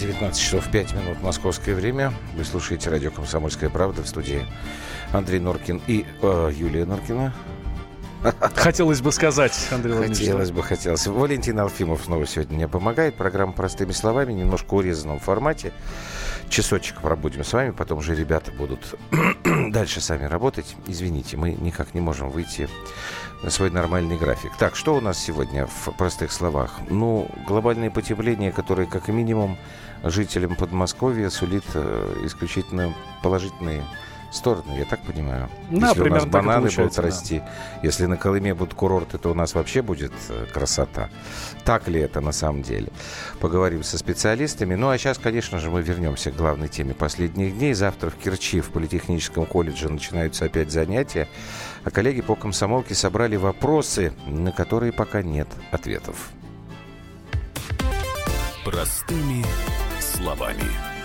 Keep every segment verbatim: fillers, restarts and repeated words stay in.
девятнадцать часов пять минут московское время. Вы слушаете радио «Комсомольская правда», в студии Андрей Норкин и э, Юлия Норкина. Хотелось бы сказать, Андрей Владимирович. Хотелось бы, хотелось. Валентин Алфимов снова сегодня мне помогает. Программа «Простыми словами», немножко урезанном формате. Часочек пробудем с вами, потом же ребята будут дальше сами работать. Извините, мы никак не можем выйти на свой нормальный график. Так, что у нас сегодня в простых словах? Ну, глобальное потепление, которое, как минимум, жителям Подмосковья сулит э, исключительно положительные стороны, я так понимаю. Да, если у нас бананы будут да. расти, если на Колыме будут курорты, то у нас вообще будет красота. Так ли это на самом деле? Поговорим со специалистами. Ну, а сейчас, конечно же, мы вернемся к главной теме последних дней. Завтра в Керчи, в Политехническом колледже, начинаются опять занятия. А коллеги по комсомолке собрали вопросы, на которые пока нет ответов. Простыми словами.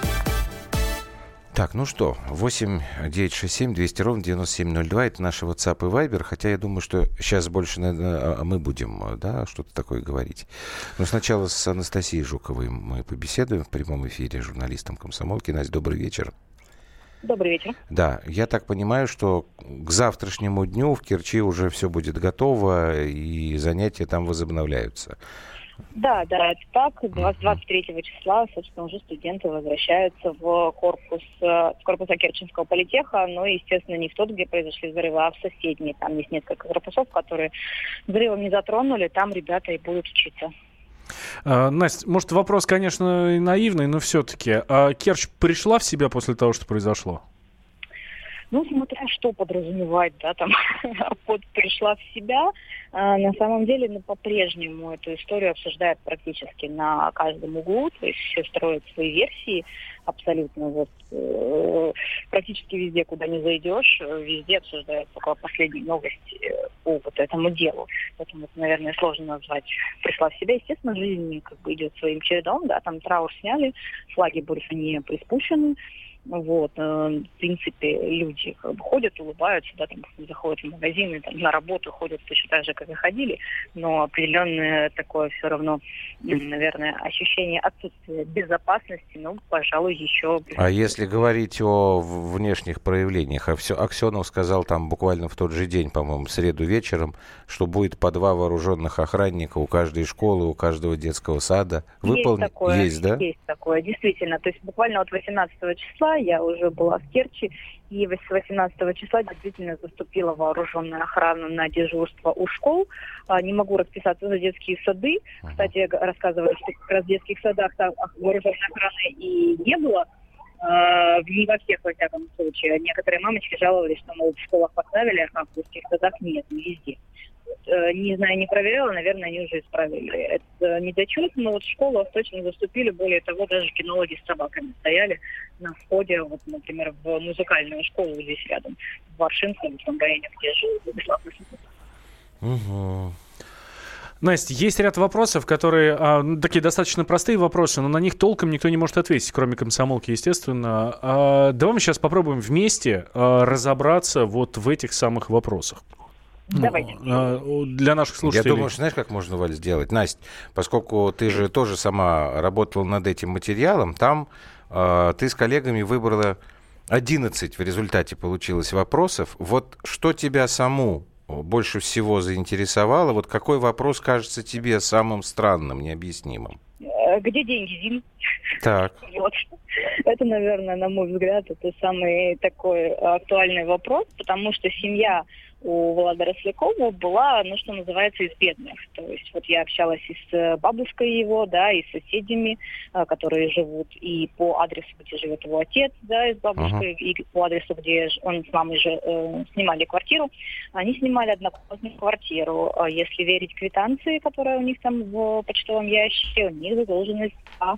Так, ну что, восемь девятьсот шестьдесят семь двести ровно девяносто семь ноль два, это наши WhatsApp и Viber, хотя я думаю, что сейчас больше, наверное, мы будем, да, что-то такое говорить. Но сначала с Анастасией Жуковой мы побеседуем в прямом эфире, журналистом комсомолки. Настя, добрый вечер. Добрый вечер. Да, я так понимаю, что к завтрашнему дню в Керчи уже все будет готово и занятия там возобновляются. Да, да, это так. двадцать третьего числа, собственно, уже студенты возвращаются в корпус, в корпус Керченского политеха, но, естественно, не в тот, где произошли взрывы, а в соседний. Там есть несколько корпусов, которые взрывом не затронули, там ребята и будут учиться. А, Настя, может, вопрос, конечно, и наивный, но все-таки. А Керчь пришла в себя после того, что произошло? Ну, смотря что подразумевать, да, там, под пришла в себя. А, на самом деле, ну, по-прежнему эту историю обсуждают практически на каждом углу, то есть все строят свои версии абсолютно, вот, э, практически везде, куда не зайдешь, везде обсуждают только последние новости по вот этому делу. Поэтому, это, наверное, сложно назвать пришла в себя. Естественно, жизнь как бы идет своим чередом, да, там траур сняли, флаги больше не приспущены. Вот, э, в принципе, люди как бы ходят, улыбаются, да, там заходят в магазины, там, на работу ходят точно так же, как и ходили, но определенное такое все равно, наверное, ощущение отсутствия безопасности, ну, пожалуй, еще... А если говорить о внешних проявлениях, Аксенов сказал там буквально в тот же день, по-моему, в среду вечером, что будет по два вооруженных охранника у каждой школы, у каждого детского сада. Выпол... Есть такое, есть, да? Есть такое, действительно. То есть буквально от восемнадцатого числа я уже была в Керчи, и с восемнадцатого числа действительно заступила вооруженная охрана на дежурство у школ. Не могу расписаться за детские сады. Кстати, рассказывали, что как раз в детских садах там вооруженной охраны и не было. Не во всех, во всяком случае. Некоторые мамочки жаловались, что, мол, в школах поставили, а в детских садах нет, не везде. Не знаю, не проверяла, наверное, они уже исправили. Это недочет, но вот в школах точно заступили. Более того, даже кинологи с собаками стояли на входе, вот, например, в музыкальную школу здесь рядом, в Варшинском, в том районе, где жил Владислав Васильевич. Угу. Настя, есть ряд вопросов, которые а, ну, такие достаточно простые вопросы, но на них толком никто не может ответить, кроме комсомолки, естественно. А, давай мы сейчас попробуем вместе а, разобраться вот в этих самых вопросах. Давайте. Ну, для наших слушателей. Я думаю, что знаешь, как можно, Валь, сделать? Настя, поскольку ты же тоже сама работала над этим материалом, там э, ты с коллегами выбрала одиннадцать в результате получилось вопросов. Вот что тебя саму больше всего заинтересовало? Вот какой вопрос кажется тебе самым странным, необъяснимым? Где деньги, Зин? Так. Вот. Это, наверное, на мой взгляд, это самый такой актуальный вопрос, потому что семья у Влада Рослякова была, ну, что называется, из бедных. То есть вот я общалась и с бабушкой его, да, и с соседями, которые живут и по адресу, где живет его отец, да, и с бабушкой, uh-huh. и по адресу, где он с мамой же э, снимали квартиру. Они снимали однокомнатную квартиру. Если верить квитанции, которая у них там в почтовом ящике, у них задолженность по...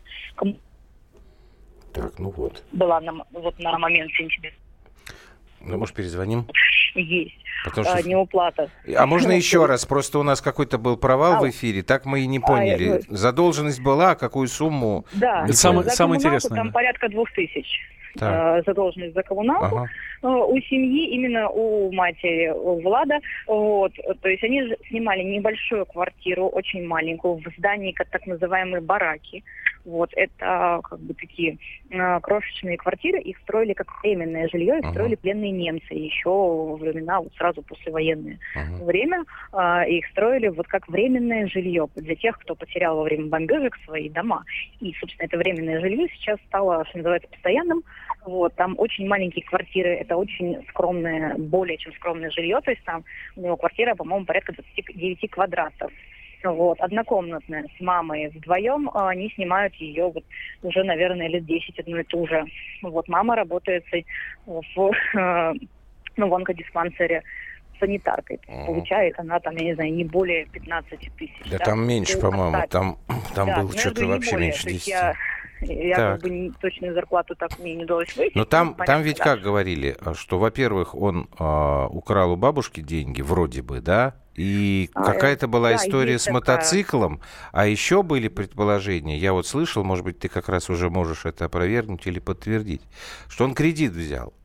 Так, ну вот. Была на, вот на момент сентября. Ну, может, перезвоним? Есть. Потому что... а, неуплата. А можно еще раз? Просто у нас какой-то был провал а, в эфире, так мы и не поняли. А, Задолженность была, а какую сумму? Да, это самое, самое интересное. Там порядка двух тысяч. Так. Задолженность за коммуналку. Ага. У семьи, именно у матери у Влада, вот, то есть они снимали небольшую квартиру, очень маленькую, в здании, как так называемые бараки. Вот, это как бы такие э, крошечные квартиры, их строили как временное жилье, их uh-huh. строили пленные немцы еще во времена, вот сразу послевоенное uh-huh. время, э, их строили вот как временное жилье для тех, кто потерял во время бомбежек свои дома. И, собственно, это временное жилье сейчас стало, что называется, постоянным. Вот, там очень маленькие квартиры, это очень скромное, более чем скромное жилье, то есть там у него квартира, по-моему, порядка двадцать девять квадратов. Вот, однокомнатная, с мамой вдвоем, они снимают ее вот уже, наверное, лет десять одну и ту же. Вот, мама работает в, ну, в онкодиспансере санитаркой. Uh-huh. Получает она там, я не знаю, не более пятнадцать тысяч. Да, да там меньше, по-моему, там, там да, было что-то вообще более. меньше десяти. Я, я как бы не, точную зарплату так мне не удалось выяснить. Но там, понятно, там ведь да. как говорили, что, во-первых, он э, украл у бабушки деньги, вроде бы, да? И а, какая-то была да, история с такая... мотоциклом, а еще были предположения, я вот слышал, может быть, ты как раз уже можешь это опровергнуть или подтвердить, что он кредит взял.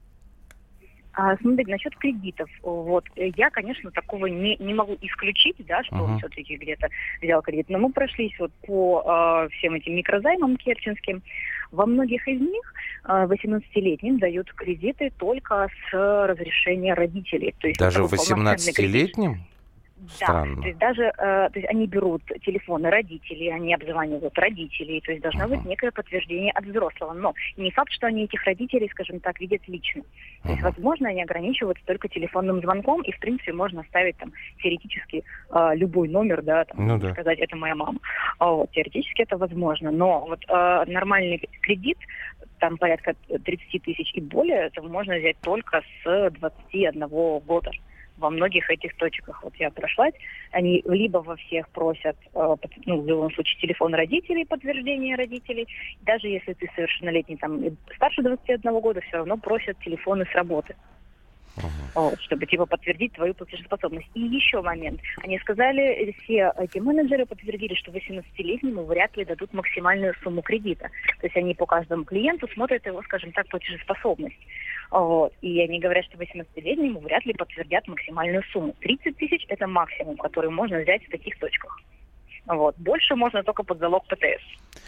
А, смотрите, насчет кредитов, вот, я, конечно, такого не, не могу исключить, да, что uh-huh. он все-таки где-то взял кредит, но мы прошлись вот по э, всем этим микрозаймам керченским. Во многих из них э, восемнадцатилетним дают кредиты только с разрешения родителей. То есть даже восемнадцатилетним? Странно. Да, то есть даже э, то есть они берут телефоны родителей, они обзванивают родителей, то есть должно uh-huh. быть некое подтверждение от взрослого. Но не факт, что они этих родителей, скажем так, видят лично. То uh-huh. есть, возможно, они ограничиваются только телефонным звонком, и, в принципе, можно оставить там теоретически э, любой номер, да, там, ну, да. сказать, это моя мама. Вот, теоретически это возможно. Но вот э, нормальный кредит, там порядка тридцать тысяч и более, это можно взять только с двадцати одного года. Во многих этих точках, вот я прошлась, они либо во всех просят, ну, в любом случае, телефон родителей, подтверждение родителей, даже если ты совершеннолетний, там, старше двадцати одного года, все равно просят телефоны с работы. Uh-huh. Вот, чтобы типа подтвердить твою платежеспособность. И еще момент. Они сказали, все эти менеджеры подтвердили, что восемнадцатилетнему вряд ли дадут максимальную сумму кредита. То есть они по каждому клиенту смотрят его, скажем так, платежеспособность. Вот. И они говорят, что восемнадцатилетнему вряд ли подтвердят максимальную сумму. тридцать тысяч – это максимум, который можно взять в таких точках. Вот. Больше можно только под залог ПТС.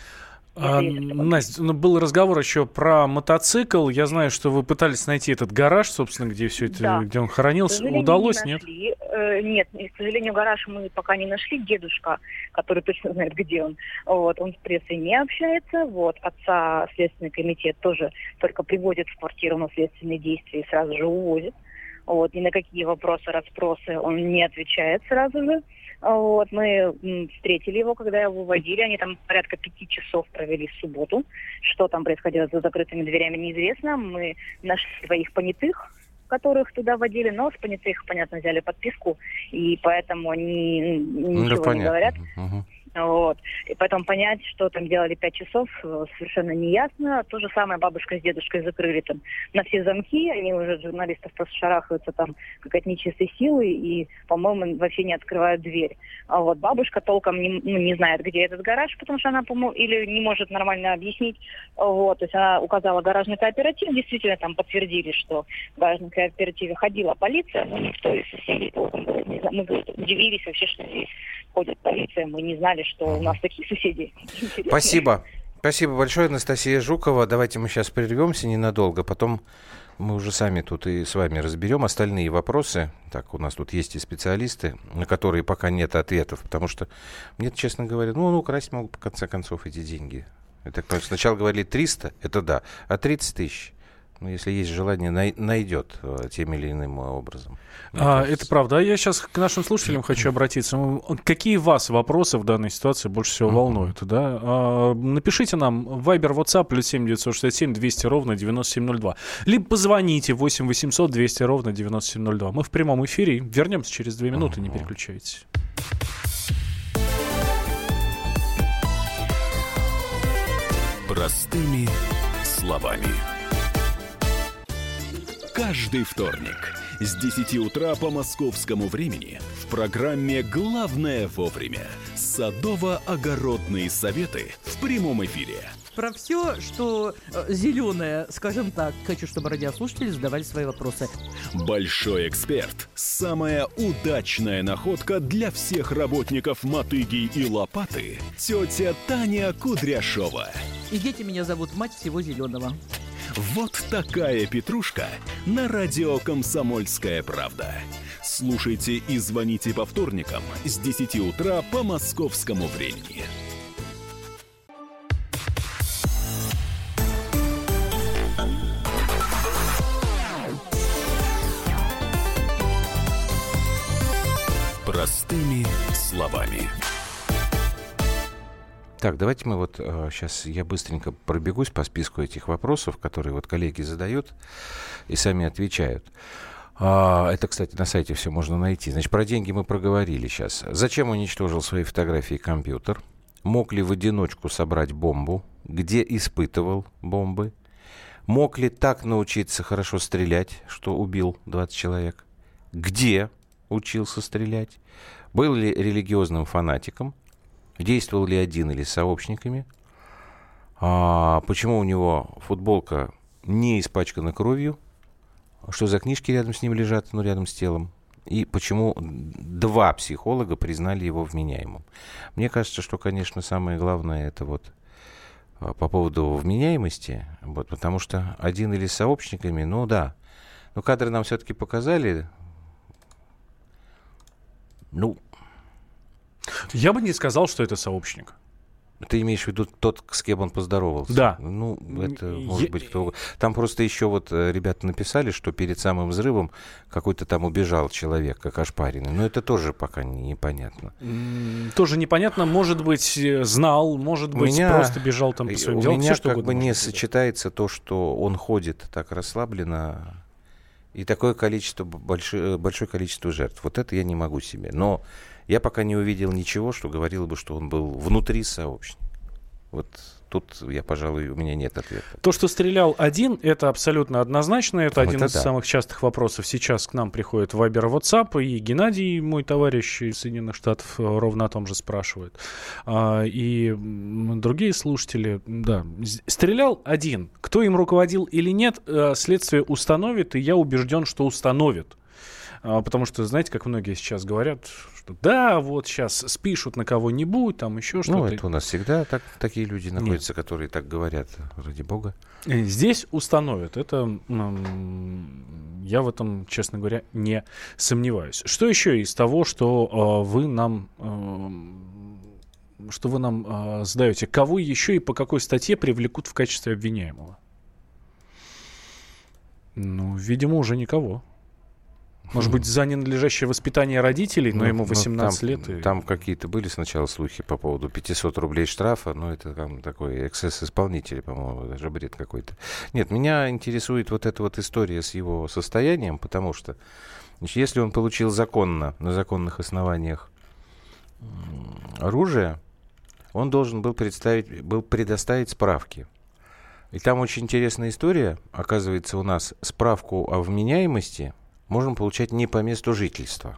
А, Настя, ну, был разговор еще про мотоцикл. Я знаю, что вы пытались найти этот гараж, собственно, где все это, да. где он хранился. Удалось, не нет? Э, нет, к сожалению, гараж мы пока не нашли. Дедушка, который точно знает, где он, вот, он с прессой не общается. Вот, отца Следственный комитет тоже только приводит в квартиру на следственные действия и сразу же увозит. Вот, ни на какие вопросы, расспросы он не отвечает сразу же. Вот, мы встретили его, когда его выводили. Они там порядка пяти часов провели в субботу. Что там происходило за закрытыми дверями, неизвестно. Мы нашли своих понятых, которых туда водили, но с понятых, понятно, взяли подписку, и поэтому они ничего да, не говорят. Угу. Вот. И поэтому понять, что там делали пять часов, совершенно не ясно. То же самое бабушка с дедушкой закрыли там на все замки. Они уже от журналистов просто шарахаются там как от нечистой силы и, по-моему, вообще не открывают дверь. А вот бабушка толком не, ну, не знает, где этот гараж, потому что она, по-моему, или не может нормально объяснить. Вот. То есть она указала гаражный кооператив. Действительно, там подтвердили, что в гаражном кооперативе ходила полиция, но никто из соседей толком не знал. Мы удивились вообще, что здесь ходит полиция. Мы не знали, что у нас такие соседи. Интересные. Спасибо. Спасибо большое, Анастасия Жукова. Давайте мы сейчас прервемся ненадолго, потом мы уже сами тут и с вами разберем остальные вопросы. Так, у нас тут есть и специалисты, на которые пока нет ответов, потому что мне, честно говоря, ну, украсть могут, в конце концов, эти деньги. Это, сначала говорили триста, это да, а тридцать тысяч. Ну, если есть желание, най- найдет э, тем или иным образом. А, это правда. А я сейчас к нашим слушателям хочу обратиться. Какие вас вопросы в данной ситуации больше всего волнуют? Да? А, напишите нам Viber, WhatsApp, плюс семь девятьсот шестьдесят семь двести ровно девяносто семь ноль два. Либо позвоните восемь восемьсот двести ровно девяносто семь ноль два. Мы в прямом эфире. Вернемся через две минуты, не переключайтесь. Простыми словами. Каждый вторник с десяти утра по московскому времени в программе «Главное вовремя» садово-огородные советы в прямом эфире про все, что э, зеленое, скажем так. Хочу, чтобы радиослушатели задавали свои вопросы. Большой эксперт. Самая удачная находка для всех работников «Мотыги» и «Лопаты». Тетя Таня Кудряшова. И дети меня зовут мать всего зеленого. Вот такая петрушка на радио «Комсомольская правда». Слушайте и звоните по вторникам с десяти утра по московскому времени. Простыми словами. Так, давайте мы вот э, сейчас я быстренько пробегусь по списку этих вопросов, которые вот коллеги задают и сами отвечают. А, это, кстати, на сайте все можно найти. Значит, про деньги мы проговорили сейчас. Зачем уничтожил свои фотографии компьютер? Мог ли в одиночку собрать бомбу? Где испытывал бомбы? Мог ли так научиться хорошо стрелять, что убил двадцать человек? Где учился стрелять? Был ли религиозным фанатиком? Действовал ли один или с сообщниками? А, почему у него футболка не испачкана кровью? Что за книжки рядом с ним лежат, ну, рядом с телом? И почему два психолога признали его вменяемым? Мне кажется, что, конечно, самое главное это вот по поводу вменяемости, вот, потому что один или с сообщниками, ну да, но кадры нам все-таки показали, ну... Я бы не сказал, что это сообщник. Ты имеешь в виду тот, с кем он поздоровался? Да. Ну, это может Я... быть кто угодно. Там просто еще вот ребята написали, что перед самым взрывом какой-то там убежал человек, как ошпаренный. Но это тоже пока непонятно. Тоже непонятно. Может быть, знал, может быть, меня... просто бежал там по своим делам. У меня все, как бы не сочетается то, что он ходит так расслабленно, и такое количество, большое, большое количество жертв. Вот это я не могу себе. Но я пока не увидел ничего, что говорило бы, что он был внутри сообщника. Вот тут, я, пожалуй, у меня нет ответа. То, что стрелял один, это абсолютно однозначно. Это ну, один это из да. самых частых вопросов. Сейчас к нам приходит Вайбер, WhatsApp, и Геннадий, мой товарищ из Соединенных Штатов, ровно о том же спрашивает. А, и другие слушатели, да. Стрелял один. Кто им руководил или нет, следствие установит, и я убежден, что установит. Потому что, знаете, как многие сейчас говорят, что да, вот сейчас спишут на кого-нибудь, там еще что-то. Ну, это у нас всегда так, такие люди находятся, Нет. которые так говорят, ради бога. Здесь установят. Это я в этом, честно говоря, не сомневаюсь. Что еще из того, что э, вы нам, э, что вы нам э, задаете? Кого еще и по какой статье привлекут в качестве обвиняемого? Ну, видимо, уже никого. Может быть, за ненадлежащее воспитание родителей, но ну, ему восемнадцать ну, там, лет. И... Там какие-то были сначала слухи по поводу пятьсот рублей штрафа, но это там такой эксцесс исполнителя, по-моему, даже бред какой-то. Нет, меня интересует вот эта вот история с его состоянием, потому что, значит, если он получил законно, на законных основаниях оружие, он должен был, представить, был предоставить справки. И там очень интересная история. Оказывается, у нас справку о вменяемости можно получать не по месту жительства.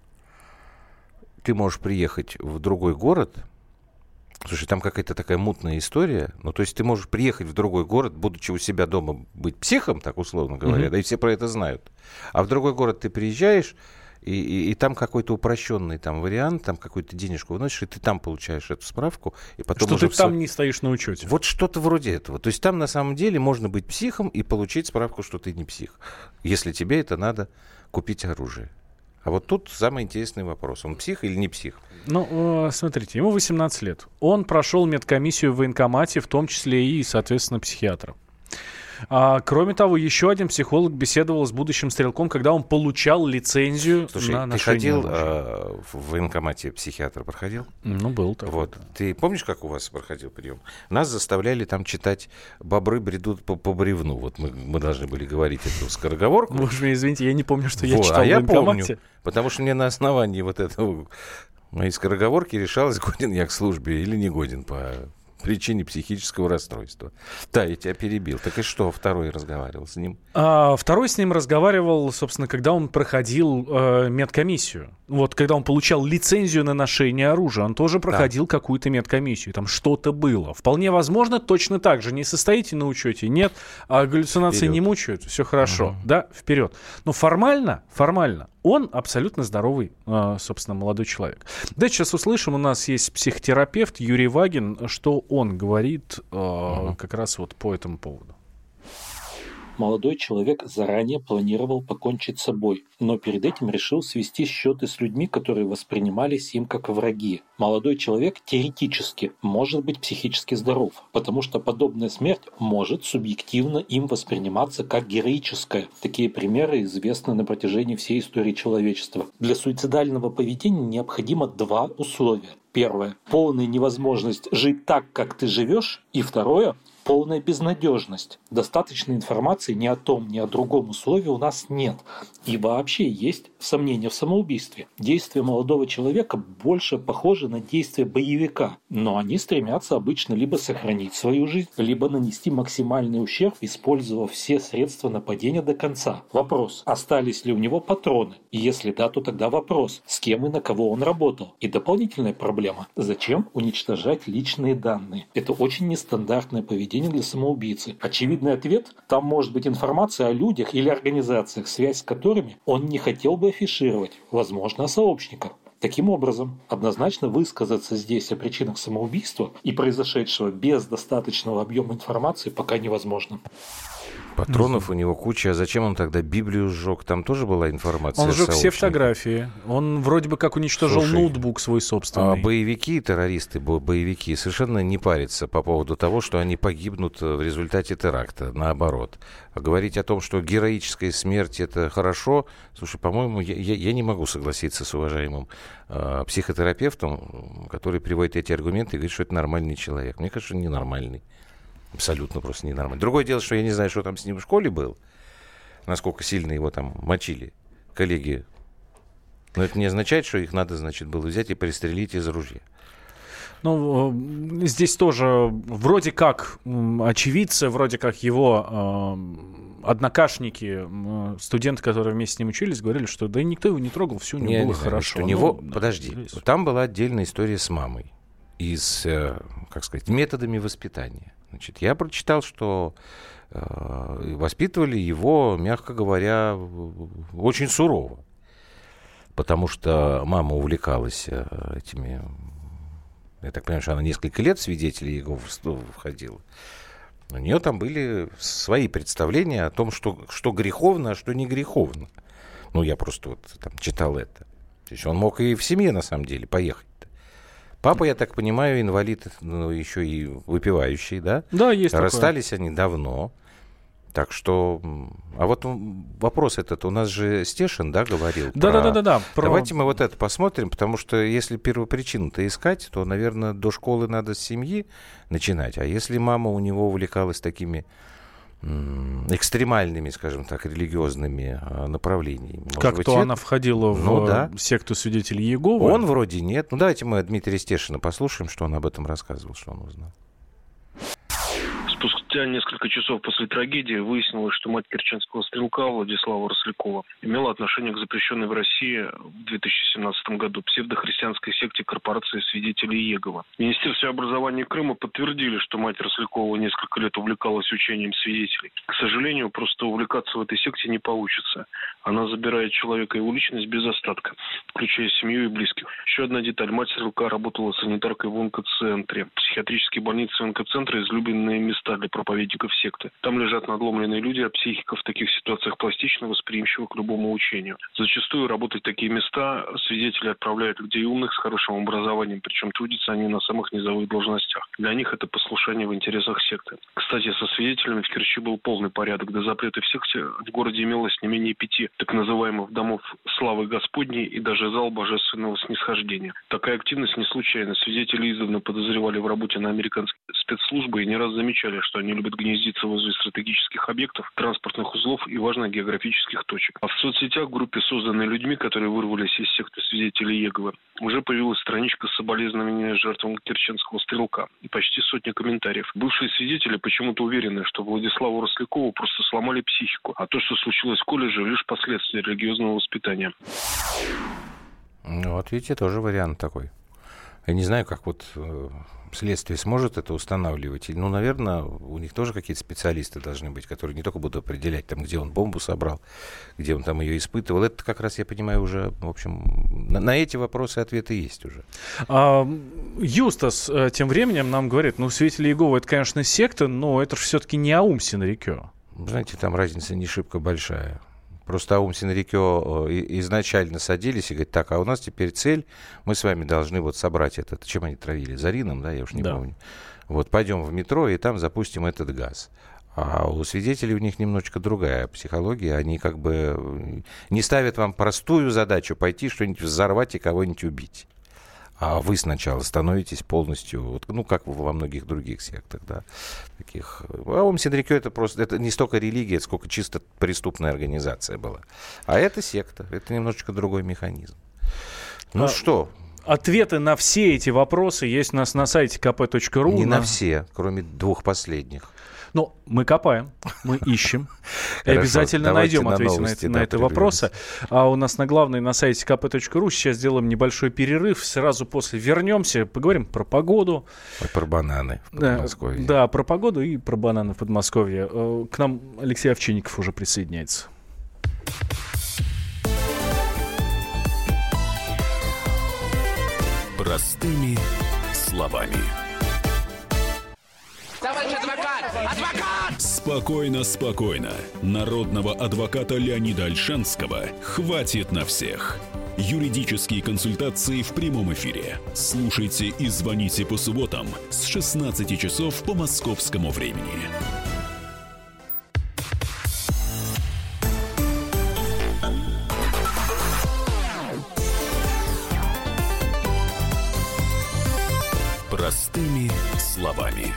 Ты можешь приехать в другой город. Слушай, там какая-то такая мутная история. Ну, то есть ты можешь приехать в другой город, будучи у себя дома, быть психом, так условно говоря, mm-hmm. да и все про это знают. А в другой город ты приезжаешь, и, и, и там какой-то упрощенный там вариант, там какую-то денежку выносишь, и ты там получаешь эту справку. И потом что уже ты там все... не стоишь на учете. Вот что-то вроде этого. То есть там на самом деле можно быть психом и получить справку, что ты не псих. Если тебе это надо купить оружие. А вот тут самый интересный вопрос. Он псих или не псих? Ну, смотрите, ему восемнадцать лет. Он прошел медкомиссию в военкомате, в том числе и, соответственно, психиатра. А, кроме того, еще один психолог беседовал с будущим стрелком, когда он получал лицензию. Слушай, на ты ношение ходил э, в военкомате, психиатр проходил? Ну, был такой. Вот. Ты помнишь, как у вас проходил прием? Нас заставляли там читать «Бобры бредут по, по бревну». Вот мы, мы должны были говорить эту скороговорку. Боже мой, извините, я не помню, что вот. я читал а в военкомате. Я помню, потому что мне на основании вот этого моей скороговорки решалось, годен я к службе или не годен по... причине психического расстройства. Да, я тебя перебил. Так и что, второй разговаривал с ним? А, второй с ним разговаривал, собственно, когда он проходил э, медкомиссию. Вот, когда он получал лицензию на ношение оружия, он тоже проходил да. какую-то медкомиссию. Там что-то было. Вполне возможно, точно так же. Не состоите на учете, нет, а галлюцинации вперед. Не мучают, все хорошо. Угу. Да, вперед. Но формально, формально, он абсолютно здоровый, э, собственно, молодой человек. Давайте сейчас услышим. У нас есть психотерапевт Юрий Вагин, что он говорит э, uh-huh. как раз вот по этому поводу. Молодой человек заранее планировал покончить с собой, но перед этим решил свести счеты с людьми, которые воспринимались им как враги. Молодой человек теоретически может быть психически здоров, потому что подобная смерть может субъективно им восприниматься как героическая. Такие примеры известны на протяжении всей истории человечества. Для суицидального поведения необходимо два условия. Первое – полная невозможность жить так, как ты живешь. И второе – полная безнадежность. Достаточной информации ни о том, ни о другом условии у нас нет. И вообще есть сомнения в самоубийстве. Действия молодого человека больше похожи на действия боевика. Но они стремятся обычно либо сохранить свою жизнь, либо нанести максимальный ущерб, использовав все средства нападения до конца. Вопрос, остались ли у него патроны? И если да, то тогда вопрос, с кем и на кого он работал? И дополнительная проблема, зачем уничтожать личные данные? Это очень нестандартное поведение для самоубийцы. Очевидный ответ – там может быть информация о людях или организациях, связь с которыми он не хотел бы афишировать, возможно, о сообщниках. Таким образом, однозначно высказаться здесь о причинах самоубийства и произошедшего без достаточного объема информации пока невозможно. Патронов у него куча. А зачем он тогда Библию сжег? Там тоже была информация. Он сжег все фотографии. Он вроде бы как уничтожил Слушай, ноутбук свой собственный. А боевики, террористы, боевики совершенно не парятся по поводу того, что они погибнут в результате теракта. Наоборот. А говорить о том, что героическая смерть — это хорошо, слушай, по-моему, я, я, я не могу согласиться с уважаемым э, психотерапевтом, который приводит эти аргументы и говорит, что это нормальный человек. Мне кажется, он ненормальный. Абсолютно просто ненормально. Другое дело, что я не знаю, что там с ним в школе было, насколько сильно его там мочили коллеги. Но это не означает, что их надо, значит, было взять и пристрелить из ружья. Ну, здесь тоже вроде как очевидцы, вроде как его э, однокашники, э, студенты, которые вместе с ним учились, говорили, что да никто его не трогал, все у него не, было не хорошо. У него, ну, подожди, да, там была отдельная история с мамой и с, э, как сказать, методами воспитания. Значит, я прочитал, что э, воспитывали его, мягко говоря, очень сурово, потому что мама увлекалась э, этими... Я так понимаю, что она несколько лет в свидетелей его входила. У нее там были свои представления о том, что, что греховно, а что не греховно. Ну, я просто вот там читал это. То есть он мог и в семье, на самом деле, поехать. Папа, я так понимаю, инвалид, ну, еще и выпивающий, да? Да, есть такое. Расстались они давно. Так что... А вот вопрос этот, у нас же Стешин, да, говорил? Да-да-да. Про... Давайте мы вот это посмотрим, потому что если первопричину-то искать, то, наверное, до школы надо с семьи начинать. А если мама у него увлекалась такими экстремальными, скажем так, религиозными направлениями. Может как быть, то это... она входила ну, в да. секту свидетелей Иеговы? Он вроде нет. Ну, давайте мы Дмитрия Стешина послушаем, что он об этом рассказывал, что он узнал. Спустя несколько часов после трагедии выяснилось, что мать керченского стрелка Владислава Рослякова имела отношение к запрещенной в России в две тысячи семнадцатом году псевдохристианской секте корпорации свидетелей Иеговы. В Министерстве образования Крыма подтвердили, что мать Рослякова несколько лет увлекалась учением свидетелей. К сожалению, просто увлекаться в этой секте не получится. Она забирает человека и его личность без остатка, включая семью и близких. Еще одна деталь. Мать стрелка работала санитаркой в онкоцентре. Психиатрические больницы и онкоцентры – излюбленные места для проповедников секты. Там лежат надломленные люди, а психика в таких ситуациях пластично восприимчива к любому учению. Зачастую работать в такие места свидетели отправляют людей умных, с хорошим образованием, причем трудятся они на самых низовых должностях. Для них это послушание в интересах секты. Кстати, со свидетелями в Керчи был полный порядок. До запрета в секте в городе имелось не менее пяти так называемых домов славы Господней и даже зал божественного снисхождения. Такая активность не случайна. Свидетели издавна подозревали в работе на американские спецслужбы и не раз замечали, что они любят гнездиться возле стратегических объектов, транспортных узлов и важных географических точек. А в соцсетях в группе, созданной людьми, которые вырвались из секты свидетелей Иеговы, уже появилась страничка с соболезнованиями жертвам керченского стрелка и почти сотня комментариев. Бывшие свидетели почему-то уверены, что Владиславу Рослякову просто сломали психику, а то, что случилось в колледже, лишь последствия религиозного воспитания. Вот видите, тоже вариант такой. Я не знаю, как вот э, следствие сможет это устанавливать. Ну, наверное, у них тоже какие-то специалисты должны быть, которые не только будут определять, там, где он бомбу собрал, где он там ее испытывал. Это как раз, я понимаю, уже, в общем, на, на эти вопросы ответы есть уже. А, Юстас тем временем нам говорит, ну, свидетели Иеговы, это, конечно, секта, но это же все-таки не Аум Синрикё. Знаете, там разница не шибко большая. Просто Аум Синрикё изначально садились и говорят, так, а у нас теперь цель, мы с вами должны вот собрать это. Чем они травили? Зарином, да, я уж не да. помню. Вот, пойдем в метро и там запустим этот газ. А у свидетелей у них немножечко другая психология. Они как бы не ставят вам простую задачу пойти что-нибудь взорвать и кого-нибудь убить. А вы сначала становитесь полностью, вот, ну, как во многих других сектах, да, таких. Аум Синрикё это просто, это не столько религия, сколько чисто преступная организация была. А это секта, это немножечко другой механизм. Ну а, что? Ответы на все эти вопросы есть у нас на сайте ка пэ точка ру. Не на, на все, кроме двух последних. Ну, мы копаем, мы ищем. И обязательно найдем ответы на, эти, на эти вопросы. А у нас на главной на сайте ка пэ точка ру сейчас сделаем небольшой перерыв. Сразу после вернемся, поговорим про погоду. И про бананы в Подмосковье. Да, да, про погоду и про бананы в Подмосковье. К нам Алексей Овчинников уже присоединяется. Простыми словами. Товарищ адвокат! Адвокат! Спокойно, спокойно. Народного адвоката Леонида Ольшанского хватит на всех. Юридические консультации в прямом эфире. Слушайте и звоните по субботам с шестнадцати часов по московскому времени. Простыми словами.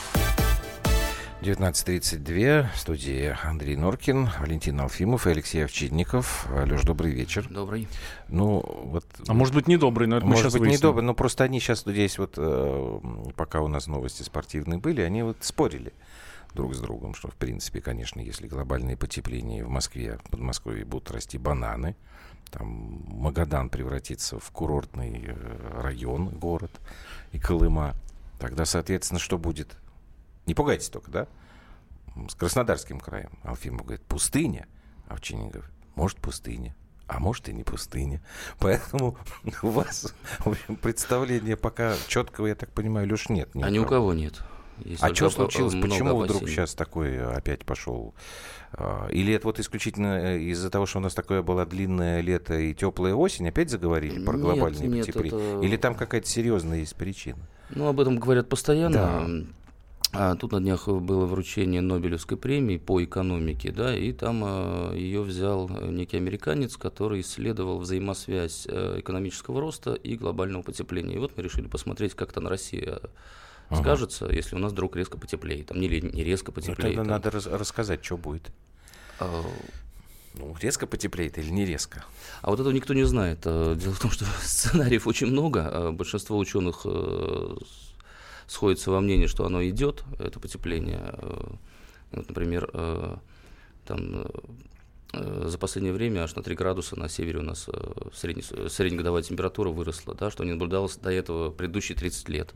девятнадцать тридцать два, в студии Андрей Норкин, Валентин Алфимов и Алексей Овчинников. Леш, добрый вечер. Добрый. Ну, вот, а может быть, недобрый, но это мы сейчас выясним. Может быть, недобрый, но просто они сейчас здесь вот, э, пока у нас новости спортивные были, они вот спорили друг с другом, что, в принципе, конечно, если глобальное потепление в Москве, в Подмосковье будут расти бананы, там Магадан превратится в курортный район, город и Колыма, тогда, соответственно, что будет? Не пугайтесь только, да? С Краснодарским краем. Алфимов говорит, пустыня. А Овчинников говорит, может, пустыня. А может, и не пустыня. Поэтому у вас, в общем, представления пока четкого, я так понимаю, Леш, нет. А ни у кого нет. Есть а что случилось? Почему опасений. Вдруг сейчас такой опять пошел? Или это вот исключительно из-за того, что у нас такое было длинное лето и теплая осень, опять заговорили про глобальное нет, потепление? Это... Или там какая-то серьезная есть причина? Ну, об этом говорят постоянно. Да. А тут на днях было вручение Нобелевской премии по экономике, да, и там э, ее взял некий американец, который исследовал взаимосвязь э, экономического роста и глобального потепления. И вот мы решили посмотреть, как это на России ага. скажется, если у нас вдруг резко потеплеет. Там не, не резко потеплеет. Ну, тогда там... надо раз- рассказать, что будет. А... Ну, резко потеплеет или не резко? А вот этого никто не знает. Дело в том, что сценариев очень много. Большинство ученых сходится во мнении, что оно идет, это потепление. Вот, например, там, за последнее время аж на три градуса на севере у нас средне, среднегодовая температура выросла, да, что не наблюдалось до этого предыдущие тридцать лет.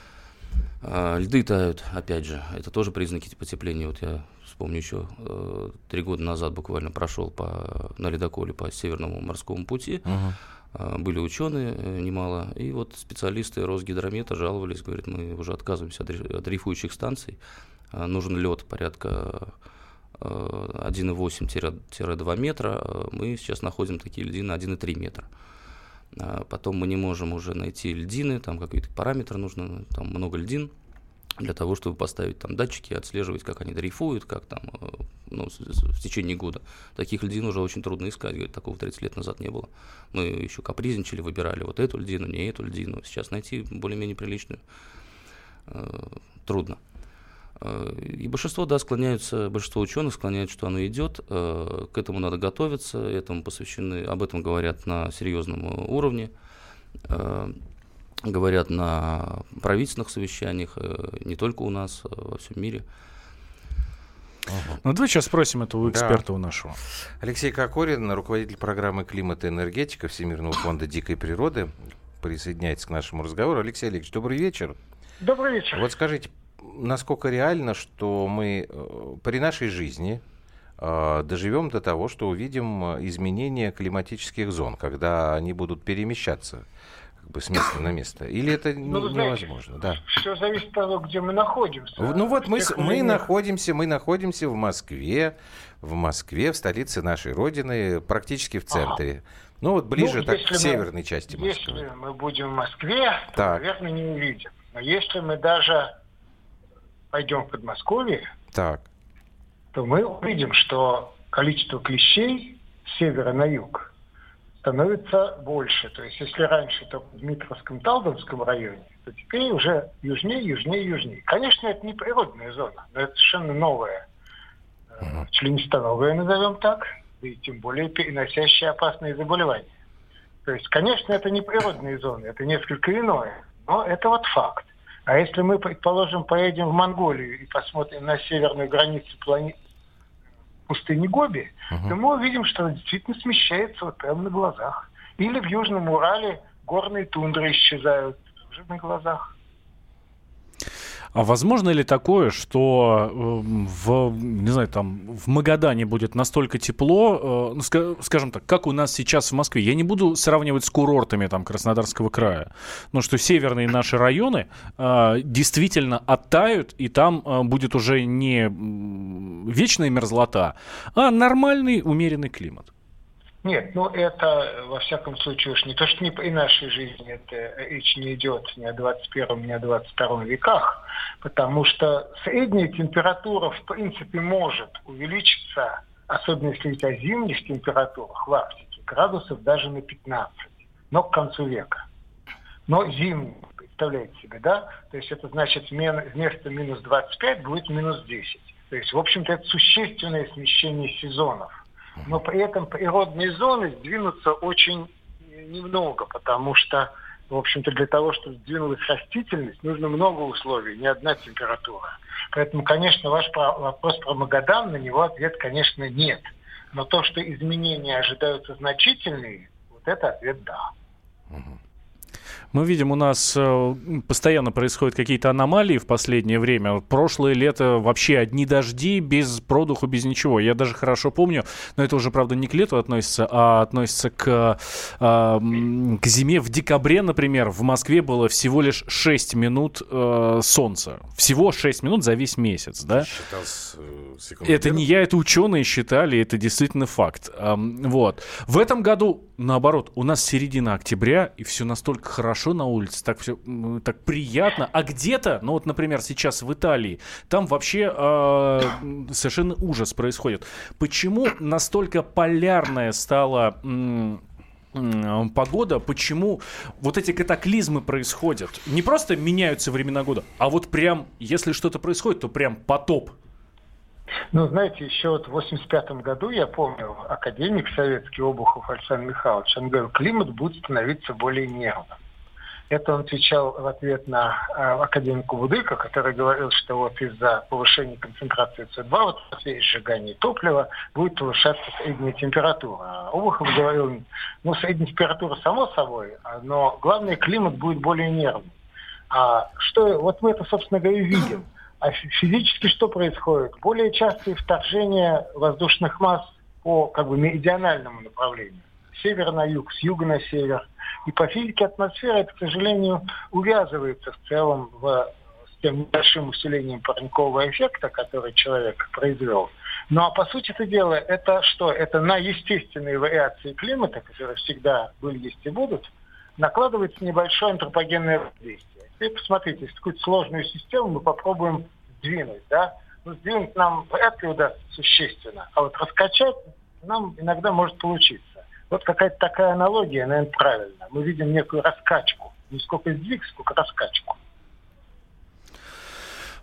Льды тают, опять же, это тоже признаки потепления. Вот я вспомню, еще три года назад буквально прошел по, на ледоколе по Северному морскому пути. Uh-huh. Были ученые немало, и вот специалисты Росгидромета жаловались, говорят, мы уже отказываемся от дрейфующих станций, нужен лед порядка один и восемь - два метра, мы сейчас находим такие льдины один и три метра. Потом мы не можем уже найти льдины, там какие-то параметры нужно, там много льдин, для того, чтобы поставить там датчики, отслеживать, как они дрейфуют, как там, ну, в течение года. Таких льдин уже очень трудно искать, говорит, такого тридцать лет назад не было. Мы еще капризничали, выбирали вот эту льдину, не эту льдину. Сейчас найти более-менее приличную трудно. И большинство, да, склоняются, большинство ученых склоняются, что оно идет, к этому надо готовиться, этому посвящены, об этом говорят на серьезном уровне, говорят на правительственных совещаниях, не только у нас, а во всем мире. Ага. Ну, давай сейчас спросим этого эксперта да. у нашего. Алексей Кокорин, руководитель программы «Климат и энергетика» Всемирного фонда дикой природы, присоединяется к нашему разговору. Алексей Олегович, добрый вечер. Добрый вечер. Вот скажите, насколько реально, что мы при нашей жизни э, доживем до того, что увидим изменения климатических зон, когда они будут перемещаться как бы с места на место? Или это ну, не, знаете, невозможно? Да. Все зависит от того, где мы находимся. Ну вот мы, мы, находимся, мы находимся в Москве, в Москве, в столице нашей Родины, практически в центре. Ага. Ну вот ближе ну, так, к северной мы, части Москвы. Если мы будем в Москве, то, так. наверное, не увидим. Но если мы даже пойдем в Подмосковье, так. то мы увидим, что количество клещей с севера на юг становится больше. То есть, если раньше только в Дмитровском, Талдомском районе, то теперь уже южнее, южнее, южнее. Конечно, это не природная зона, но это совершенно новая, uh-huh. членистоногая, назовем так, и тем более переносящая опасные заболевания. То есть, конечно, это не природные зоны, это несколько иное, но это вот факт. А если мы, предположим, поедем в Монголию и посмотрим на северную границу планеты, пустыни Гоби, uh-huh. то мы увидим, что она действительно смещается вот прямо на глазах. Или в Южном Урале горные тундры исчезают уже на глазах. А возможно ли такое, что в, не знаю, там, в Магадане будет настолько тепло, ну, скажем так, как у нас сейчас в Москве? Я не буду сравнивать с курортами там, Краснодарского края, но что северные наши районы э, действительно оттают, и там э, будет уже не вечная мерзлота, а нормальный умеренный климат. Нет, ну это, во всяком случае, уж не то, что не при нашей жизни, это речь не идет ни о двадцать первом, ни о двадцать втором веках, потому что средняя температура, в принципе, может увеличиться, особенно если говорить о зимних температурах в Арктике, градусов даже на пятнадцать, но к концу века. Но зимний, представляете себе, да? То есть это значит, вместо минус двадцать пять будет минус десять. То есть, в общем-то, это существенное смещение сезонов. Но при этом природные зоны сдвинутся очень немного, потому что, в общем-то, для того, чтобы сдвинулась растительность, нужно много условий, не одна температура. Поэтому, конечно, ваш вопрос про Магадан, на него ответ, конечно, нет. Но то, что изменения ожидаются значительные, вот это ответ «да». Мы видим, у нас э, постоянно происходят какие-то аномалии в последнее время. Прошлое лето вообще одни дожди, без продуху, без ничего. Я даже хорошо помню, но это уже, правда, не к лету относится, а относится к, э, к зиме. В декабре, например, в Москве было всего лишь шесть минут э, солнца. Всего шесть минут за весь месяц, да? Считался, э, это не я, это ученые считали, это действительно факт. Э, вот. В этом году, наоборот, у нас середина октября, и все настолько хорошо на улице, так все так приятно. А где-то, ну вот, например, сейчас в Италии, там вообще э, совершенно ужас происходит. Почему настолько полярная стала м- м- погода? Почему вот эти катаклизмы происходят? Не просто меняются времена года, а вот прям, если что-то происходит, то прям потоп. Ну, знаете, еще вот в восемьдесят пятом году, я помню, академик советский Обухов Александр Михайлович, он говорил, климат будет становиться более нервным. Это он отвечал в ответ на э, академику Будыка, который говорил, что вот из-за повышения концентрации С О два, вот при сжигании топлива, будет повышаться средняя температура. А Обухов говорил, ну, средняя температура само собой, но главное, климат будет более нервным. А что, вот мы это, собственно говоря, видим. А физически что происходит? Более частые вторжения воздушных масс по как бы меридиональному направлению. С севера на юг, с юга на север. И по физике атмосферы это, к сожалению, увязывается в целом в, с тем небольшим усилением парникового эффекта, который человек произвел. Ну а по сути это дела, это что? Это на естественные вариации климата, которые всегда были, есть и будут, накладывается небольшое антропогенное воздействие. Теперь посмотрите, если какую-то сложную систему мы попробуем сдвинуть, да? Ну, сдвинуть нам вряд ли удастся существенно, а вот раскачать нам иногда может получиться. Вот какая-то такая аналогия, наверное, правильная. Мы видим некую раскачку. Не сколько сдвиг, сколько раскачку.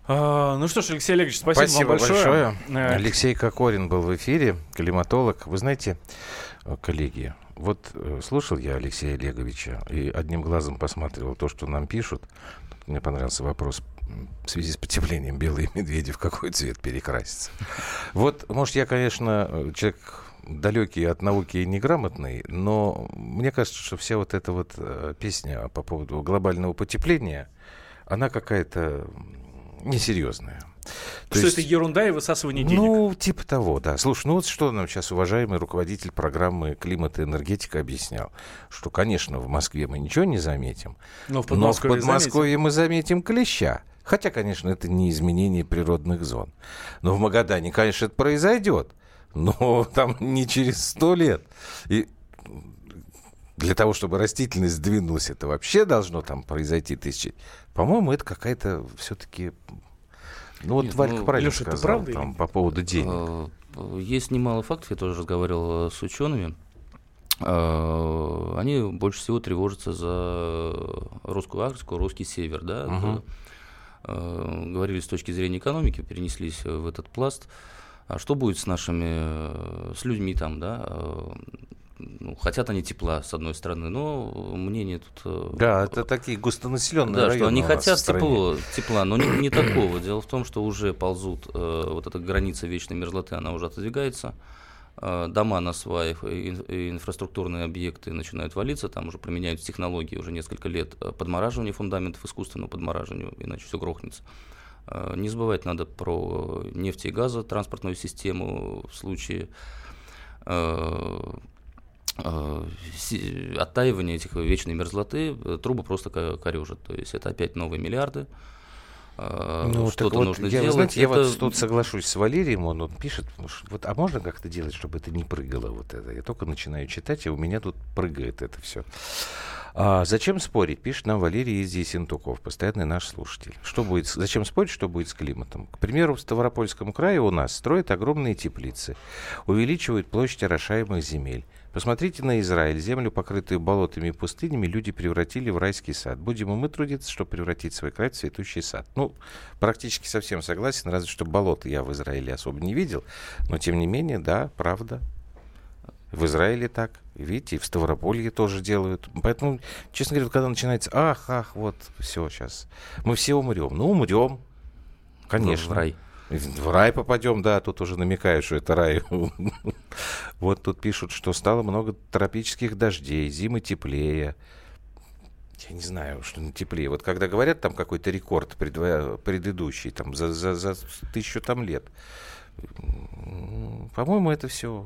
А, ну что ж, Алексей Олегович, спасибо, спасибо вам большое. большое. Алексей Кокорин был в эфире, климатолог. Вы знаете, коллеги, вот слушал я Алексея Олеговича и одним глазом посматривал то, что нам пишут. Мне понравился вопрос в связи с потеплением: белые медведи в какой цвет перекрасятся. Вот, может, я, конечно, человек далекий от науки и неграмотный, но мне кажется, что вся вот эта вот песня по поводу глобального потепления, она какая-то несерьезная. То что есть, это ерунда и высасывание денег? Ну, типа того, да. Слушай, ну вот что нам сейчас уважаемый руководитель программы «Климат и энергетика» объяснял, что, конечно, в Москве мы ничего не заметим, но в Подмосковье, но в Подмосковье мы заметим клеща. Хотя, конечно, это не изменение природных зон. Но в Магадане, конечно, это произойдет. Но там не через сто лет. И для того, чтобы растительность сдвинулась, это вообще должно там произойти тысячи. По-моему, это какая-то все-таки... Ну вот Валька ну, правильно Леша, сказал там, по поводу денег. Есть немало фактов, я тоже разговаривал с учеными. Они больше всего тревожатся за русскую Арктику, русский север. Да? Uh-huh. Говорили с точки зрения экономики, перенеслись в этот пласт. А что будет с нашими, с людьми там, да? Ну, хотят они тепла, с одной стороны, но мнение тут... Да, это такие густонаселенные да, районы. Да, что они хотят тепло, тепла, но не, не такого. Дело в том, что уже ползут, э, вот эта граница вечной мерзлоты, она уже отодвигается. Э, дома на сваях и, и инфраструктурные объекты начинают валиться, там уже применяют технологии уже несколько лет подмораживания фундаментов, искусственного подмораживания, иначе все грохнется. Э, не забывать надо про нефть и газотранспортную систему в случае... Э, оттаивание этих вечной мерзлоты, трубы просто корежат. То есть это опять новые миллиарды. Ну, что-то вот нужно я, делать. Знаете, это... я вот тут соглашусь с Валерием, он, он пишет, вот, а можно как-то делать, чтобы это не прыгало вот это? Я только начинаю читать, и у меня тут прыгает это все. А зачем спорить? Пишет нам Валерий из Ессентуков, постоянный наш слушатель. Что будет, зачем спорить, что будет с климатом? К примеру, в Ставропольском крае у нас строят огромные теплицы, увеличивают площадь орошаемых земель. Посмотрите на Израиль. Землю, покрытую болотами и пустынями, люди превратили в райский сад. Будем и мы трудиться, чтобы превратить свой край в цветущий сад. Ну, практически совсем согласен, разве что болото я в Израиле особо не видел. Но, тем не менее, да, правда. В Израиле так. Видите, и в Ставрополье тоже делают. Поэтому, честно говоря, когда начинается, ах, ах, вот, все, сейчас. Мы все умрем. Ну, умрем. Конечно. В рай. В рай попадем, да, тут уже намекают, что это рай. Вот тут пишут, что стало много тропических дождей, зимы теплее. Я не знаю, что не теплее. Вот когда говорят там какой-то рекорд предыдущий, там за, за, за тысячу там лет, по-моему, это все...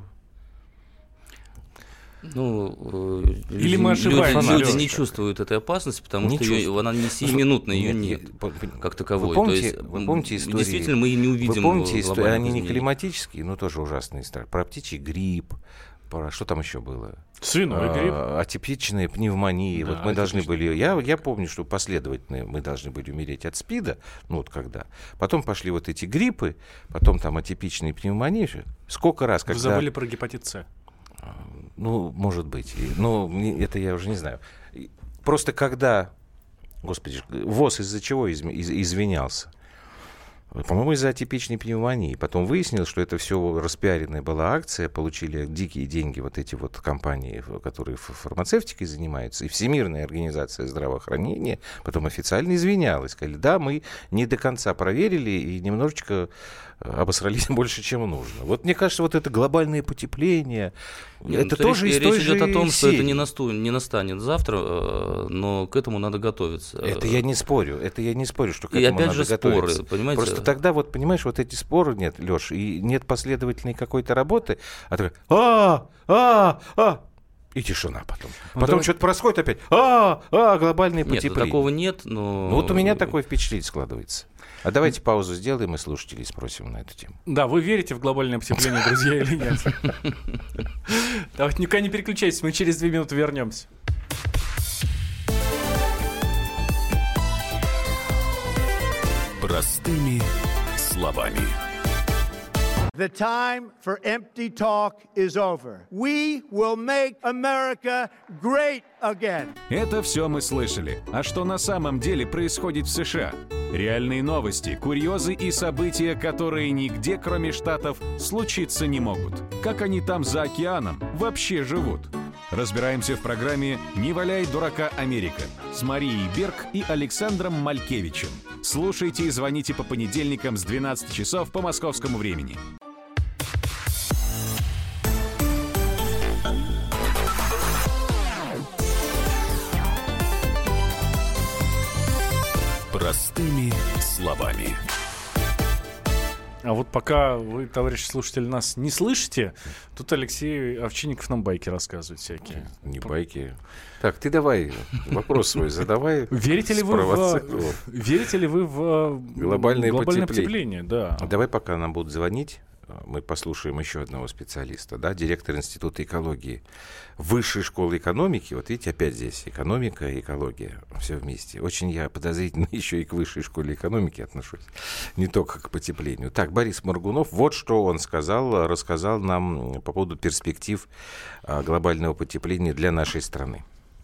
Ну, Или люди, мы ошибаемся. Люди, люди не чувствуют этой опасности, потому не что ее, она не сиюминутно, ее нет, нет как таковой. Вы помните, То есть, вы помните истории? Действительно, мы не увидим. Вы помните истории? Они не климатические, но тоже ужасные истории. Про птичий грипп, про что там еще было? Свиной грипп. А, атипичные пневмонии. Да, вот мы должны были. Я, я помню, что последовательно мы должны были умереть от СПИДа. Ну вот когда. Потом пошли вот эти гриппы, потом там атипичные пневмонии. Сколько раз, когда... Вы забыли про гепатит С. Ну, может быть. Ну, это я уже не знаю. Просто когда, господи, ВОЗ из-за чего из, из, извинялся? По-моему, из-за атипичной пневмонии. Потом выяснилось, что это все распиаренная была акция, получили дикие деньги вот эти вот компании, которые фармацевтикой занимаются, и Всемирная организация здравоохранения потом официально извинялась. Сказали, да, мы не до конца проверили и немножечко обосрались больше, чем нужно. Вот мне кажется, вот это глобальное потепление, Нет, это ну, тоже речь, из той речь же идет о том, серии. Что это не, насту, не настанет завтра, но к этому надо готовиться. Это я не спорю, это я не спорю, что к и этому опять надо же готовиться. Споры, понимаете? Просто тогда вот, понимаешь, вот эти споры нет, Леш, и нет последовательной какой-то работы, а ты а, а, а, и тишина потом. Ну, потом давай... что-то происходит опять, а, а, глобальное потепление. Нет, такого нет, но... Ну вот у меня такое впечатление складывается. А давайте паузу сделаем и слушателей спросим на эту тему. Да, вы верите в глобальное потепление, друзья, или нет? Давайте никуда не переключайтесь, мы через две минуты вернемся. Простыми словами. The time for empty talk is over. We will make America great again. Это все мы слышали. А что на самом деле происходит в США? Реальные новости, курьезы и события, которые нигде, кроме Штатов, случиться не могут. Как они там за океаном вообще живут? Разбираемся в программе «Не валяй дурака, Америка» с Марией Берг и Александром Малькевичем. Слушайте и звоните по понедельникам с двенадцати часов по московскому времени. Простыми словами. А вот пока вы, товарищи слушатели, нас не слышите, тут Алексей Овчинников нам байки рассказывает всякие. Не байки. Так, ты давай вопрос свой задавай. Верите ли вы в, верите ли вы в глобальное, глобальное потепление? потепление? Да. Давай, пока нам будут звонить, мы послушаем еще одного специалиста, да, директор Института экологии Высшей школы экономики. Вот видите, опять здесь экономика и экология, все вместе. Очень я подозрительно еще и к Высшей школе экономики отношусь, не только к потеплению. Так, Борис Моргунов, вот что он сказал, рассказал нам по поводу перспектив глобального потепления для нашей страны.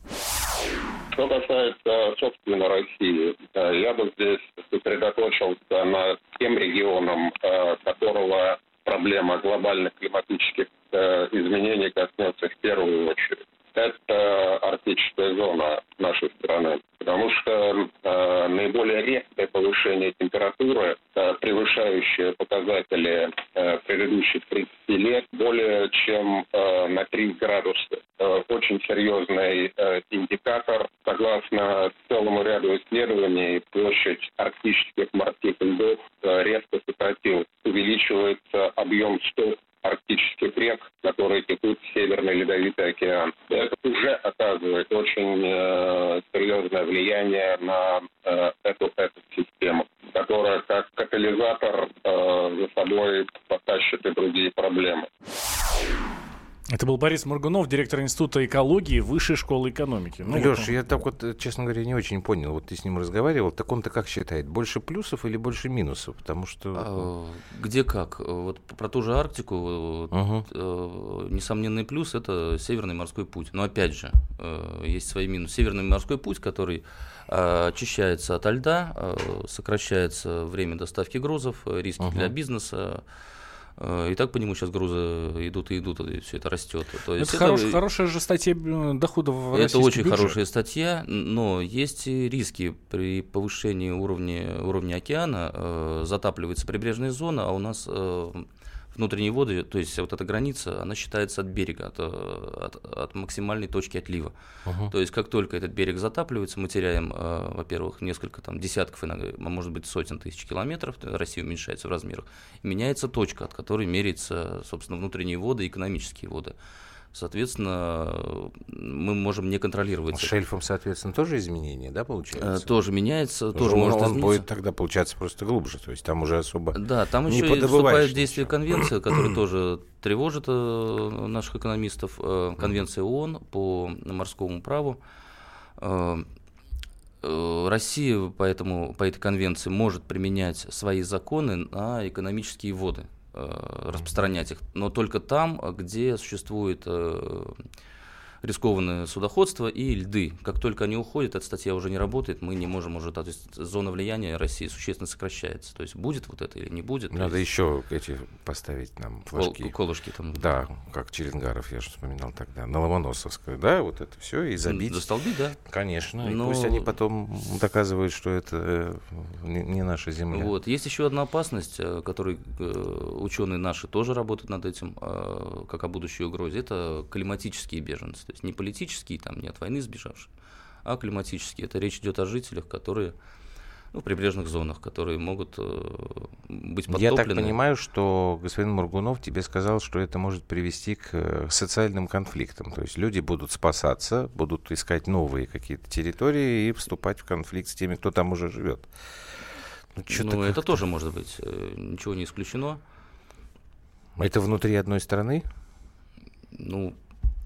Что касается, собственно, России, я бы здесь сосредоточился над тем регионом, которого проблема глобальных климатических изменений коснется в первую очередь. Это арктическая зона нашей страны, потому что э, наиболее резкое повышение температуры, э, превышающее показатели э, предыдущих тридцати лет, более чем э, на три градуса. Э, очень серьезный э, индикатор. Согласно целому ряду исследований, площадь арктических морских льдов э, резко сократилась. Увеличивается объем сток арктических рек, которые текут в Северный Ледовитый океан. Это уже оказывает очень э, серьезное влияние на э, эту, эту систему, которая как катализатор э, за собой потащит и другие проблемы. Это был Борис Моргунов, директор Института экологии Высшей школы экономики. Ну, Леш, вот я так вот, честно говоря, не очень понял. Вот ты с ним разговаривал, так он-то как считает? Больше плюсов или больше минусов? Потому что... А, где как? Вот про ту же Арктику, uh-huh. э, несомненный плюс – это Северный морской путь. Но опять же, э, есть свои минусы. Северный морской путь, который э, очищается ото льда, э, сокращается время доставки грузов, риски uh-huh. для бизнеса. И так по нему сейчас грузы идут и идут, и все это растет. То есть это, это хорош, хорошая же статья доходов в российский Это очень бюджет. Хорошая статья, но есть и риски при повышении уровня, уровня океана. Э, затапливается прибрежная зона, а у нас э, внутренние воды, то есть вот эта граница, она считается от берега, от, от, от максимальной точки отлива. Uh-huh. То есть как только этот берег затапливается, мы теряем, э, во-первых, несколько там, десятков, иногда, может быть, сотен тысяч километров, Россия уменьшается в размерах, и меняется точка, от которой меряются, собственно, внутренние воды и экономические воды. Соответственно, мы можем не контролировать. С шельфом, соответственно, тоже изменения, да, получается? Тоже меняется, Потому тоже он, может он измениться. будет тогда, получаться, просто глубже, то есть там уже особо Да, там не еще и вступает в действие ничего. конвенция, которая тоже тревожит наших экономистов, конвенция ООН по морскому праву. Россия поэтому, по этой конвенции может применять свои законы на экономические воды, распространять их, но только там, где существует рискованное судоходство и льды. Как только они уходят, эта статья уже не работает, мы не можем уже, то есть зона влияния России существенно сокращается. То есть будет вот это или не будет. Надо есть... еще эти поставить нам флажки. Кол- колышки там. Да, как Черенгаров, я же вспоминал тогда, на Ломоносовскую, да, вот это все, и забить. Застолбить, да. Конечно, Но... и пусть они потом доказывают, что это не, не наша земля. Вот. Есть еще одна опасность, которой ученые наши тоже работают над этим, как о будущей угрозе, это климатические беженцы. То есть не политические, там, не от войны сбежавшие, а климатические. Это речь идет о жителях, которые, ну, в прибрежных зонах, которые могут э, быть подтоплены. Я так понимаю, что господин Моргунов тебе сказал, что это может привести к социальным конфликтам. То есть люди будут спасаться, будут искать новые какие-то территории и вступать в конфликт с теми, кто там уже живет. Ну, ну это тоже может быть. Ничего не исключено. Это внутри одной страны? Ну,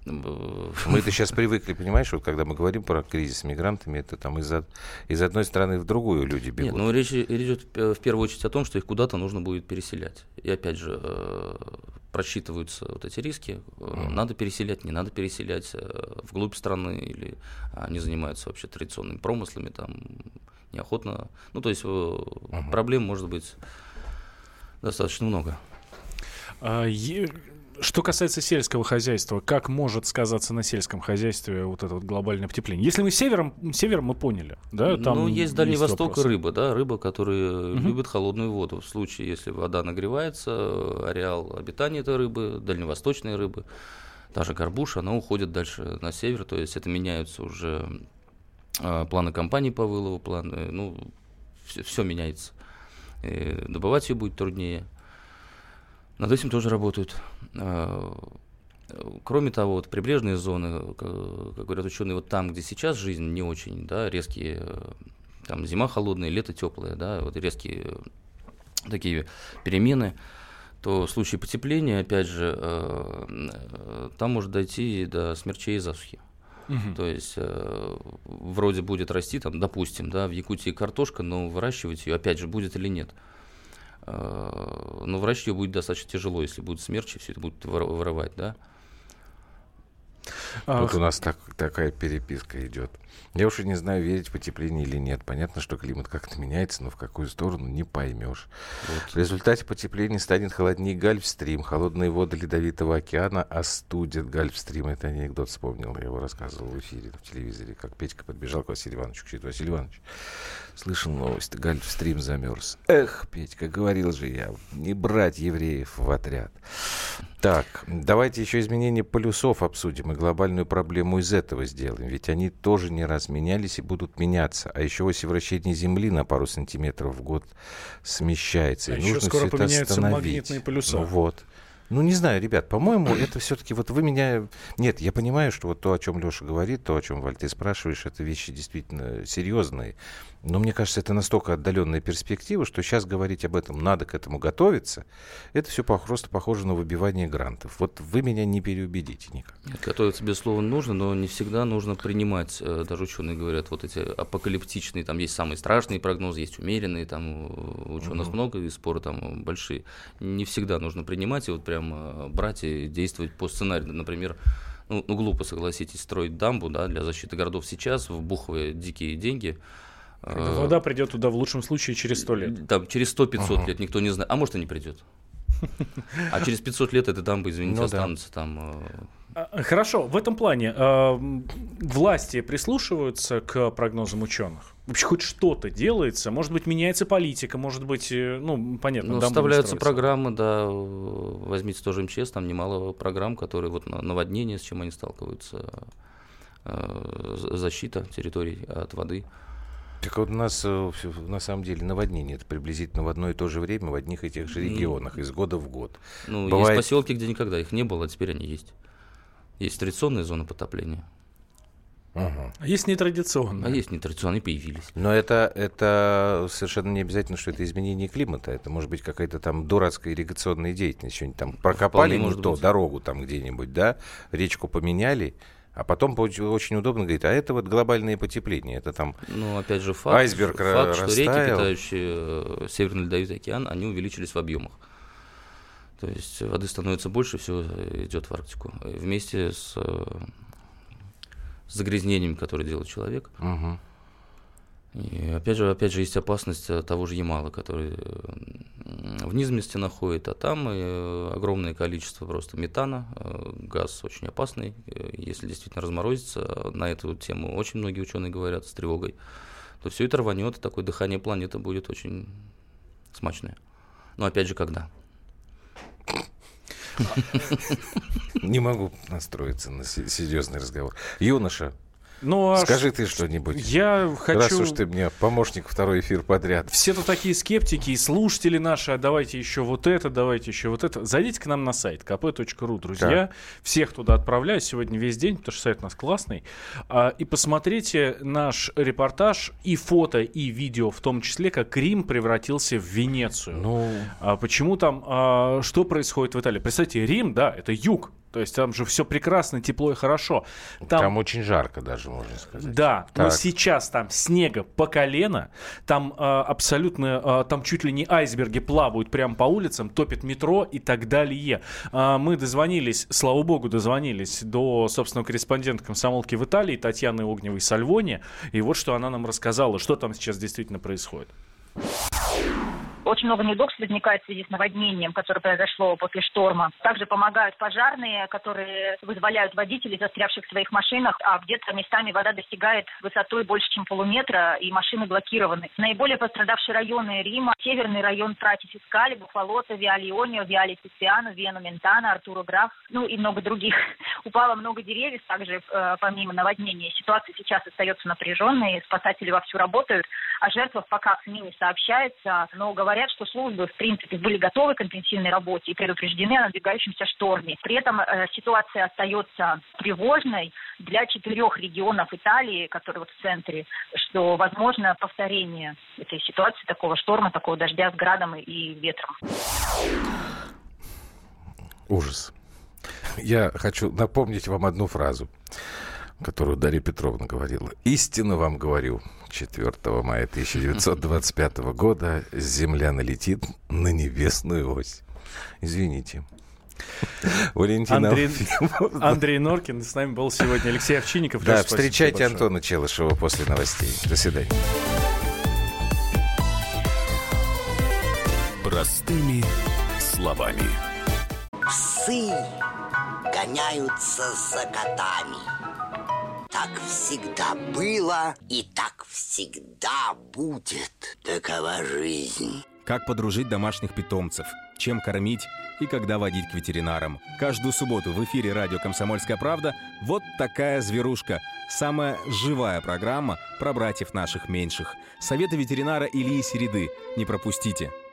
Мы это сейчас привыкли, понимаешь, вот когда мы говорим про кризис с мигрантами, это там из, из одной страны в другую люди бегут. Нет, но речь, речь идет в первую очередь о том, что их куда-то нужно будет переселять. И опять же, просчитываются вот эти риски. Mm. Надо переселять, не надо переселять вглубь страны, или они занимаются вообще традиционными промыслами, там неохотно. Ну, то есть mm-hmm. проблем может быть достаточно много. А, е... Что касается сельского хозяйства, как может сказаться на сельском хозяйстве вот это вот глобальное потепление? Если мы севером, севером мы поняли, да? Там ну, есть Дальний есть Восток вопросы. И рыба, да, рыба, которая угу. любит холодную воду. В случае, если вода нагревается, ареал обитания этой рыбы, дальневосточной рыбы, та же горбуша, она уходит дальше на север, то есть это меняются уже э, планы компаний по вылову, планы, ну, все, все меняется. И добывать ее будет труднее. Над этим тоже работают. Кроме того, вот прибрежные зоны, как говорят ученые, вот там, где сейчас жизнь не очень, да, резкие, там зима холодная, лето теплое, да, вот резкие такие перемены, то в случае потепления, опять же, там может дойти до смерчей и засухи. Угу. То есть вроде будет расти, там, допустим, да, в Якутии картошка, но выращивать ее, опять же, будет или нет. Но выращивать ее будет достаточно тяжело, если будут смерчи, все это будут вырывать, да. Вот у нас так, такая переписка идет. Я уж и не знаю, верить в потепление или нет. Понятно, что климат как-то меняется, но в какую сторону не поймешь. Вот. В результате потепления станет холоднее Гольфстрим. Холодные воды Ледовитого океана остудят Гольфстрим. Это анекдот вспомнил. Я его рассказывал в эфире, в телевизоре, как Петька подбежал к Василию Ивановичу. Говорит: Василий Иванович, слышал новость, Гольфстрим замерз. Эх, Петька, говорил же я, не брать евреев в отряд. Так, давайте еще изменение полюсов обсудим и глобальную проблему из этого сделаем. Ведь они тоже не раз менялись и будут меняться. А еще ось вращения Земли на пару сантиметров в год смещается. А и еще нужно скоро все поменяются это остановить. Магнитные полюса. Ну вот. Ну, не знаю, ребят, по-моему, это все-таки вот вы меня... Нет, я понимаю, что вот то, о чем Леша говорит, то, о чем, Валь, ты спрашиваешь, это вещи действительно серьезные. Но мне кажется, это настолько отдаленная перспектива, что сейчас говорить об этом, надо к этому готовиться, это все просто похоже на выбивание грантов. Вот вы меня не переубедите никак. Готовиться, безусловно, нужно, но не всегда нужно принимать. Даже ученые говорят, вот эти апокалиптичные, там есть самые страшные прогнозы, есть умеренные, там у ученых угу. много, и споры там большие. Не всегда нужно принимать и вот прям брать и действовать по сценарию. Например, ну, ну глупо, согласитесь, строить дамбу, да, для защиты городов сейчас, вбухивая дикие деньги. Когда вода придет туда в лучшем случае через сто лет. Там через сто-пятьсот ага. лет, никто не знает. А может, и не придет. А через пятьсот лет эта дамба, извините, ну, останутся да. там... Хорошо, в этом плане э, власти прислушиваются к прогнозам ученых? Вообще хоть что-то делается? Может быть, меняется политика, может быть, ну, понятно, ну, вставляются программы, да, возьмите тоже эм че эс, там немало программ, которые вот наводнение, с чем они сталкиваются, э, защита территорий от воды. Так вот у нас на самом деле наводнение это приблизительно в одно и то же время в одних и тех же регионах, из года в год. Ну, Бывает... есть поселки, где никогда их не было, а теперь они есть. Есть традиционные зоны потопления. Ага. А есть нетрадиционные. А есть нетрадиционные, появились. Но это, это совершенно не обязательно, что это изменение климата. Это может быть какая-то там дурацкая ирригационная деятельность. Что-нибудь там прокопали не то, быть. Дорогу там где-нибудь, да, речку поменяли. А потом очень удобно говорить, а это вот глобальное потепление, это там ну, опять же, факт, айсберг факт, растаял. Что реки, питающие Северный Ледовитый океан, они увеличились в объемах. То есть воды становится больше, все идет в Арктику. Вместе с, с загрязнениями, которые делает человек. Угу. И опять же, опять же, есть опасность того же Ямала, который в низменности находит, а там огромное количество просто метана, газ очень опасный. Если действительно разморозится, на эту тему очень многие ученые говорят с тревогой, то все это рванет, и такое дыхание планеты будет очень смачное. Но опять же, когда? Не могу настроиться на серьезный разговор. Юноша, Ну, а скажи ты что-нибудь. Я хочу... Раз уж ты мне помощник второй эфир подряд. Все тут такие скептики и слушатели наши, а давайте еще вот это, давайте еще вот это. Зайдите к нам на сайт ка пэ точка ру, друзья. Так. Всех туда отправляю сегодня весь день, потому что сайт у нас классный. А, и посмотрите наш репортаж и фото, и видео, в том числе, как Рим превратился в Венецию. Ну... А, почему там, а, что происходит в Италии? Представьте, Рим, да, это юг. То есть там же все прекрасно, тепло и хорошо. Там, там очень жарко даже, можно сказать. Да, так. но сейчас там снега по колено, там э, абсолютно, э, там чуть ли не айсберги плавают прямо по улицам, топит метро и так далее. Э, мы дозвонились, слава богу, дозвонились до, собственного корреспондента «Комсомолки» в Италии, Татьяны Огневой Сальвони, и вот что она нам рассказала, что там сейчас действительно происходит. Очень много неудобств возникает в связи с наводнением, которое произошло после шторма. Также помогают пожарные, которые вызволяют водителей, застрявших в своих машинах, а где-то местами вода достигает высотой больше, чем полуметра, и машины блокированы. Наиболее пострадавшие районы Рима: северный район Прати-Фискали, Буфалото, Виале-Ионио, Виале-Тициано, Виано-Ментано, Артуро Граф, ну и много других. Упало много деревьев также, э, помимо наводнения. Ситуация сейчас остается напряженной, спасатели вовсю работают, о жертвах пока СМИ не сообщается, но говорят, что службы, в принципе, были готовы к интенсивной работе и предупреждены о надвигающемся шторме. При этом э, ситуация остается тревожной для четырех регионов Италии, которые вот в центре, что возможно повторение этой ситуации, такого шторма, такого дождя с градом и ветром. Ужас. Я хочу напомнить вам одну фразу, которую Дарья Петровна говорила. «Истинно вам говорю, четвёртого мая тысяча девятьсот двадцать пятого года Земля налетит на небесную ось». Извините. Андрей, Андрей Норкин. С нами был сегодня Алексей Овчинников. Да, встречайте Антона Челышева после новостей. До свидания. Простыми словами. Псы гоняются за котами. Так всегда было и так всегда будет. Такова жизнь. Как подружить домашних питомцев, чем кормить и когда водить к ветеринарам. Каждую субботу в эфире радио «Комсомольская правда» вот такая зверушка. Самая живая программа про братьев наших меньших. Советы ветеринара Ильи Середы. Не пропустите.